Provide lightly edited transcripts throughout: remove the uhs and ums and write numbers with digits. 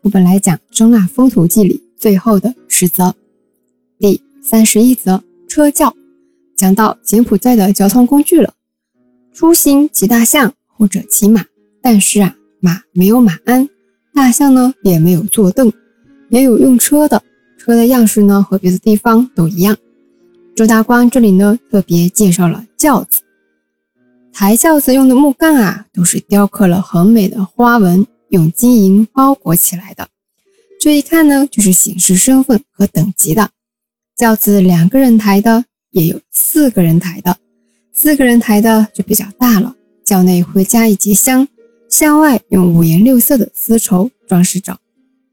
我们来讲中腊风土记里最后的10则。第31则，车轿，讲到柬埔寨的交通工具了。出行骑大象或者骑马，但是马没有马鞍，大象呢也没有坐凳，也有用车的，车的样式呢和别的地方都一样。周大光这里呢特别介绍了轿子，抬轿子用的木杠都是雕刻了很美的花纹，用金银包裹起来的，这一看呢就是显示身份和等级的。轿子2个人抬的，也有4个人抬的，4个人抬的就比较大了，轿内会加一节香，箱外用5颜6色的丝绸装饰着。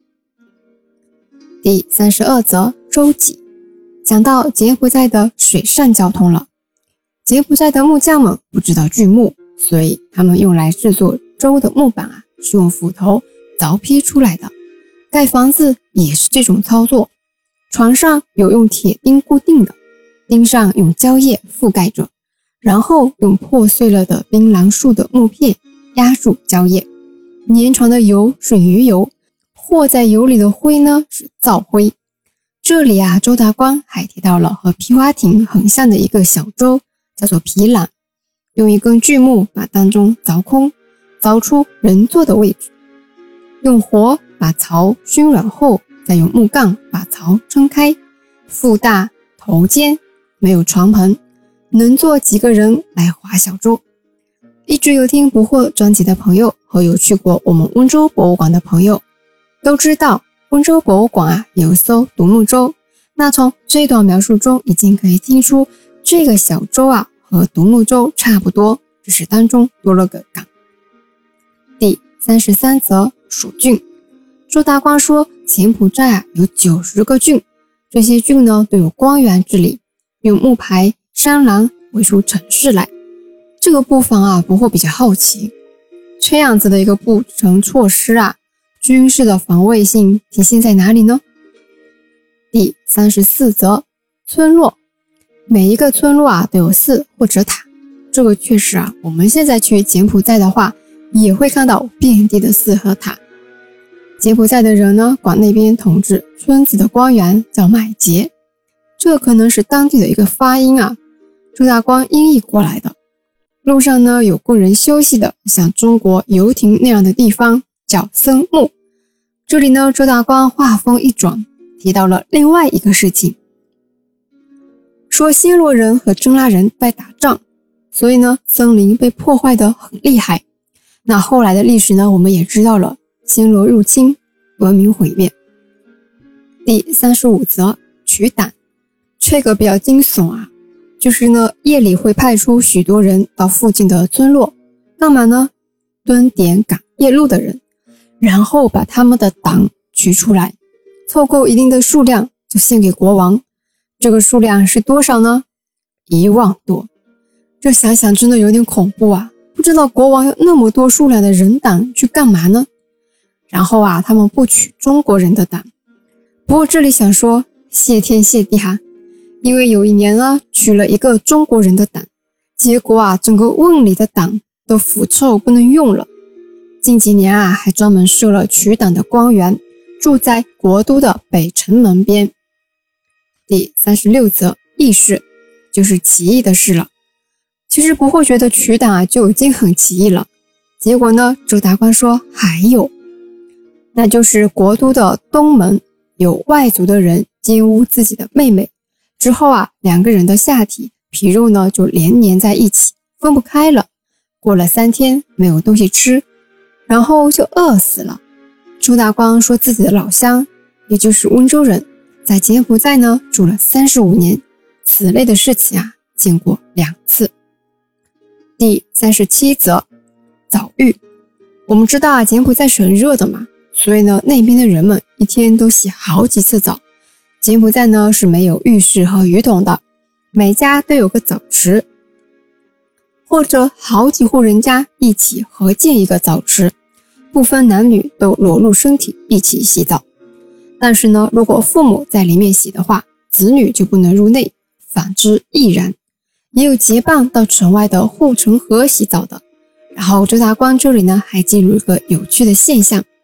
第32则，舟楫，讲到柬埔寨的水上交通了。柬埔寨的木匠们不知道锯木，所以他们用来制作舟的木板是用斧头凿劈出来的。盖房子也是这种操作，床上有用铁钉固定的，钉上用胶液覆盖着，然后用破碎了的槟榔树的木片压住胶液。粘床的油是鱼油，和在油里的灰呢是皂灰。这里周大光还提到了和皮划艇很像的一个小舟，叫做皮缆，用一根锯木把当中凿空，凿出人坐的位置，用火把槽熏软后，再用木杠把槽撑开，腹大头尖，没有床棚，能坐几个人来划小舟。一直有听不惑专辑的朋友和有去过我们温州博物馆的朋友都知道，温州博物馆有艘独木舟。那从这段描述中已经可以听出，这个小舟和独木舟差不多，只是当中多了个港。第33则，蜀郡。周大光说柬埔寨有90个郡，这些郡呢都有官员治理，用木牌山廊围出城市来。这个部分不会比较好奇，这样子的一个布城措施军事的防卫性体现在哪里呢？第34则，村落。每一个村落都有寺或者塔，这个确实我们现在去柬埔寨的话也会看到遍地的寺和塔。柬埔寨的人呢管那边统治村子的官员叫买节，这可能是当地的一个发音周大光音译过来的。路上呢有供人休息的，像中国游艇那样的地方叫僧墓。这里呢周大光话锋一转，提到了另外一个事情，说暹罗人和真拉人在打仗，所以呢森林被破坏得很厉害。那后来的历史呢我们也知道了，暹罗入侵，文明毁灭。第35则，取胆。这个比较惊悚就是呢夜里会派出许多人到附近的村落，干嘛呢？蹲点赶夜路的人，然后把他们的胆取出来，凑够一定的数量就献给国王。这个数量是多少呢？1万多。这想想真的有点恐怖不知道国王有那么多数量的人胆去干嘛呢？然后他们不取中国人的胆。不过这里想说谢天谢地因为有一年取了一个中国人的胆，结果整个瓮里的胆都腐臭不能用了。近几年还专门设了取胆的官员，住在国都的北城门边。第36则，议事，就是起义的事了。其实不会觉得取胆就已经很奇异了，结果呢周大光说还有，那就是国都的东门有外族的人奸污自己的妹妹，之后2个人的下体皮肉呢就连粘在一起，分不开了。过了3天没有东西吃，然后就饿死了。周大光说自己的老乡，也就是温州人，在柬埔寨呢住了35年，此类的事情见过2次。第37则，早浴。我们知道柬埔寨是很热的嘛，所以呢那边的人们一天都洗好几次澡。柬埔寨呢是没有浴室和浴桶的，每家都有个澡池，或者好几户人家一起合建一个澡池，不分男女都裸露身体一起洗澡。但是呢如果父母在里面洗的话，子女就不能入内，反之亦然。也有结伴到城外的护城河洗澡的。然后周大光这里呢还记录一个有趣的现象，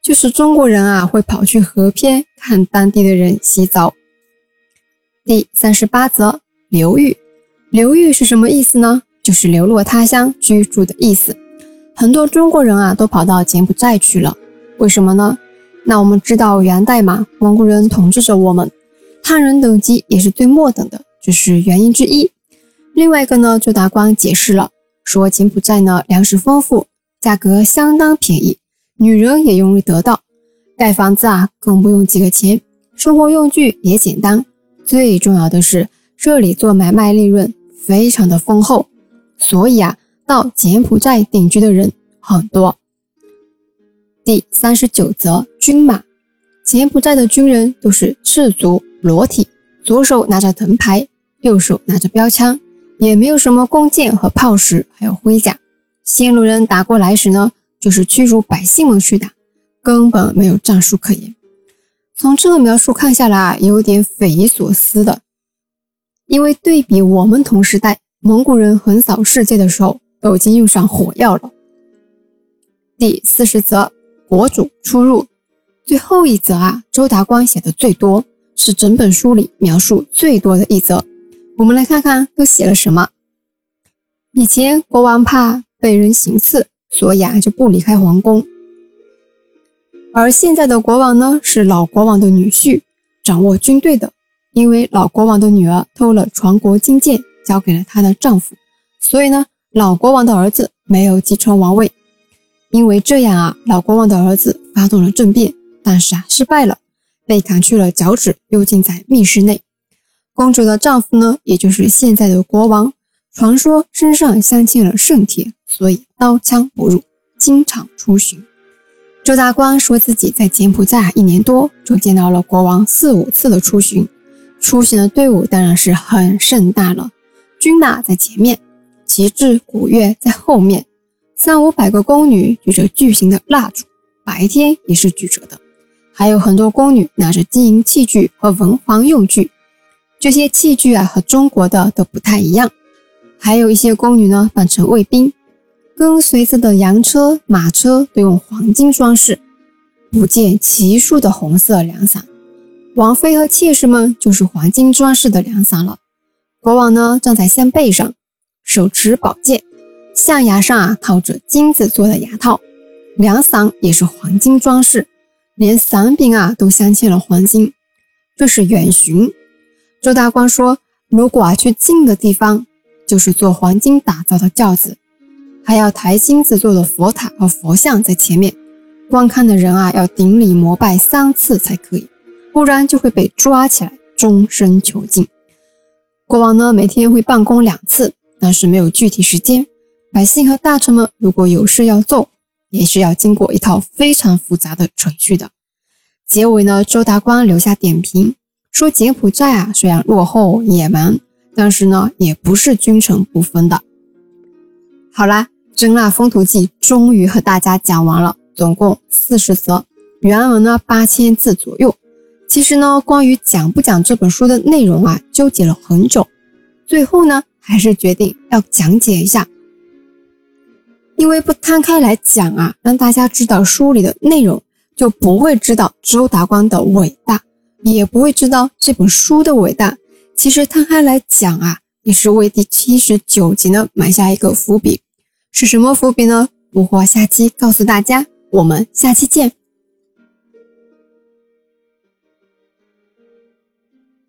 就是中国人啊会跑去河边看当地的人洗澡。第38则，流寓。流寓是什么意思呢？就是流落他乡居住的意思。很多中国人啊都跑到柬埔寨去了，为什么呢？那我们知道元代嘛，蒙古人统治着我们，汉人等级也是最末等的，这是原因之一。另外一个呢，周达光解释了，说柬埔寨呢粮食丰富，价格相当便宜，女人也容易得到，盖房子啊更不用几个钱，生活用具也简单，最重要的是这里做买卖利润非常的丰厚，所以啊到柬埔寨定居的人很多。第39则，军马。柬埔寨的军人都是赤足裸体，左手拿着藤牌，右手拿着标枪，也没有什么弓箭和炮石，还有盔甲。线路人打过来时呢，就是驱逐百姓们去打，根本没有战术可言。从这个描述看下来，有点匪夷所思的，因为对比我们同时代蒙古人横扫世界的时候，都已经用上火药了。第40则，国主出入。最后一则啊，周达光写的最多，是整本书里描述最多的一则。我们来看看都写了什么。以前国王怕被人行刺，所以啊就不离开皇宫。而现在的国王呢，是老国王的女婿，掌握军队的，因为老国王的女儿偷了传国金剑，交给了她的丈夫，所以呢，老国王的儿子没有继承王位。因为这样啊，老国王的儿子发动了政变，但是啊失败了，被砍去了脚趾，幽禁在密室内。公主的丈夫呢，也就是现在的国王，传说身上镶嵌了圣铁，所以刀枪不入，经常出巡。周达光说自己在柬埔寨1年多就见到了国王4、5次的出巡，出行的队伍当然是很盛大了，军马在前面，旗帜鼓乐在后面，300、500个宫女举着巨型的蜡烛，白天也是举着的，还有很多宫女拿着金银器具和文房用具，这些器具啊和中国的都不太一样。还有一些宫女呢扮成卫兵，跟随着的羊车、马车都用黄金装饰，不见奇数的红色凉伞。王妃和妾室们就是黄金装饰的凉伞了。国王呢站在香背上，手持宝剑，象牙上啊套着金子做的牙套，凉伞也是黄金装饰，连伞柄啊都镶嵌了黄金。这是远巡。周达光说，如果去近的地方，就是做黄金打造的轿子，还要抬金子做的佛塔和佛像在前面，观看的人啊要顶礼膜拜3次才可以，不然就会被抓起来终身囚禁。国王呢每天会办公2次，但是没有具体时间，百姓和大臣们如果有事要奏，也是要经过一套非常复杂的程序的。结尾呢，周达光留下点评，说柬埔寨啊虽然落后野蛮，但是呢也不是君臣不分的。好啦，真腊风土记终于和大家讲完了，总共40则，原文呢8000字左右。其实呢关于讲不讲这本书的内容啊纠结了很久，最后呢还是决定要讲解一下，因为不摊开来讲啊，让大家知道书里的内容，就不会知道周达光的伟大，也不会知道这本书的伟大。其实摊开来讲啊，也是为第79集呢埋下一个伏笔。是什么伏笔呢？不惑下期告诉大家，我们下期见。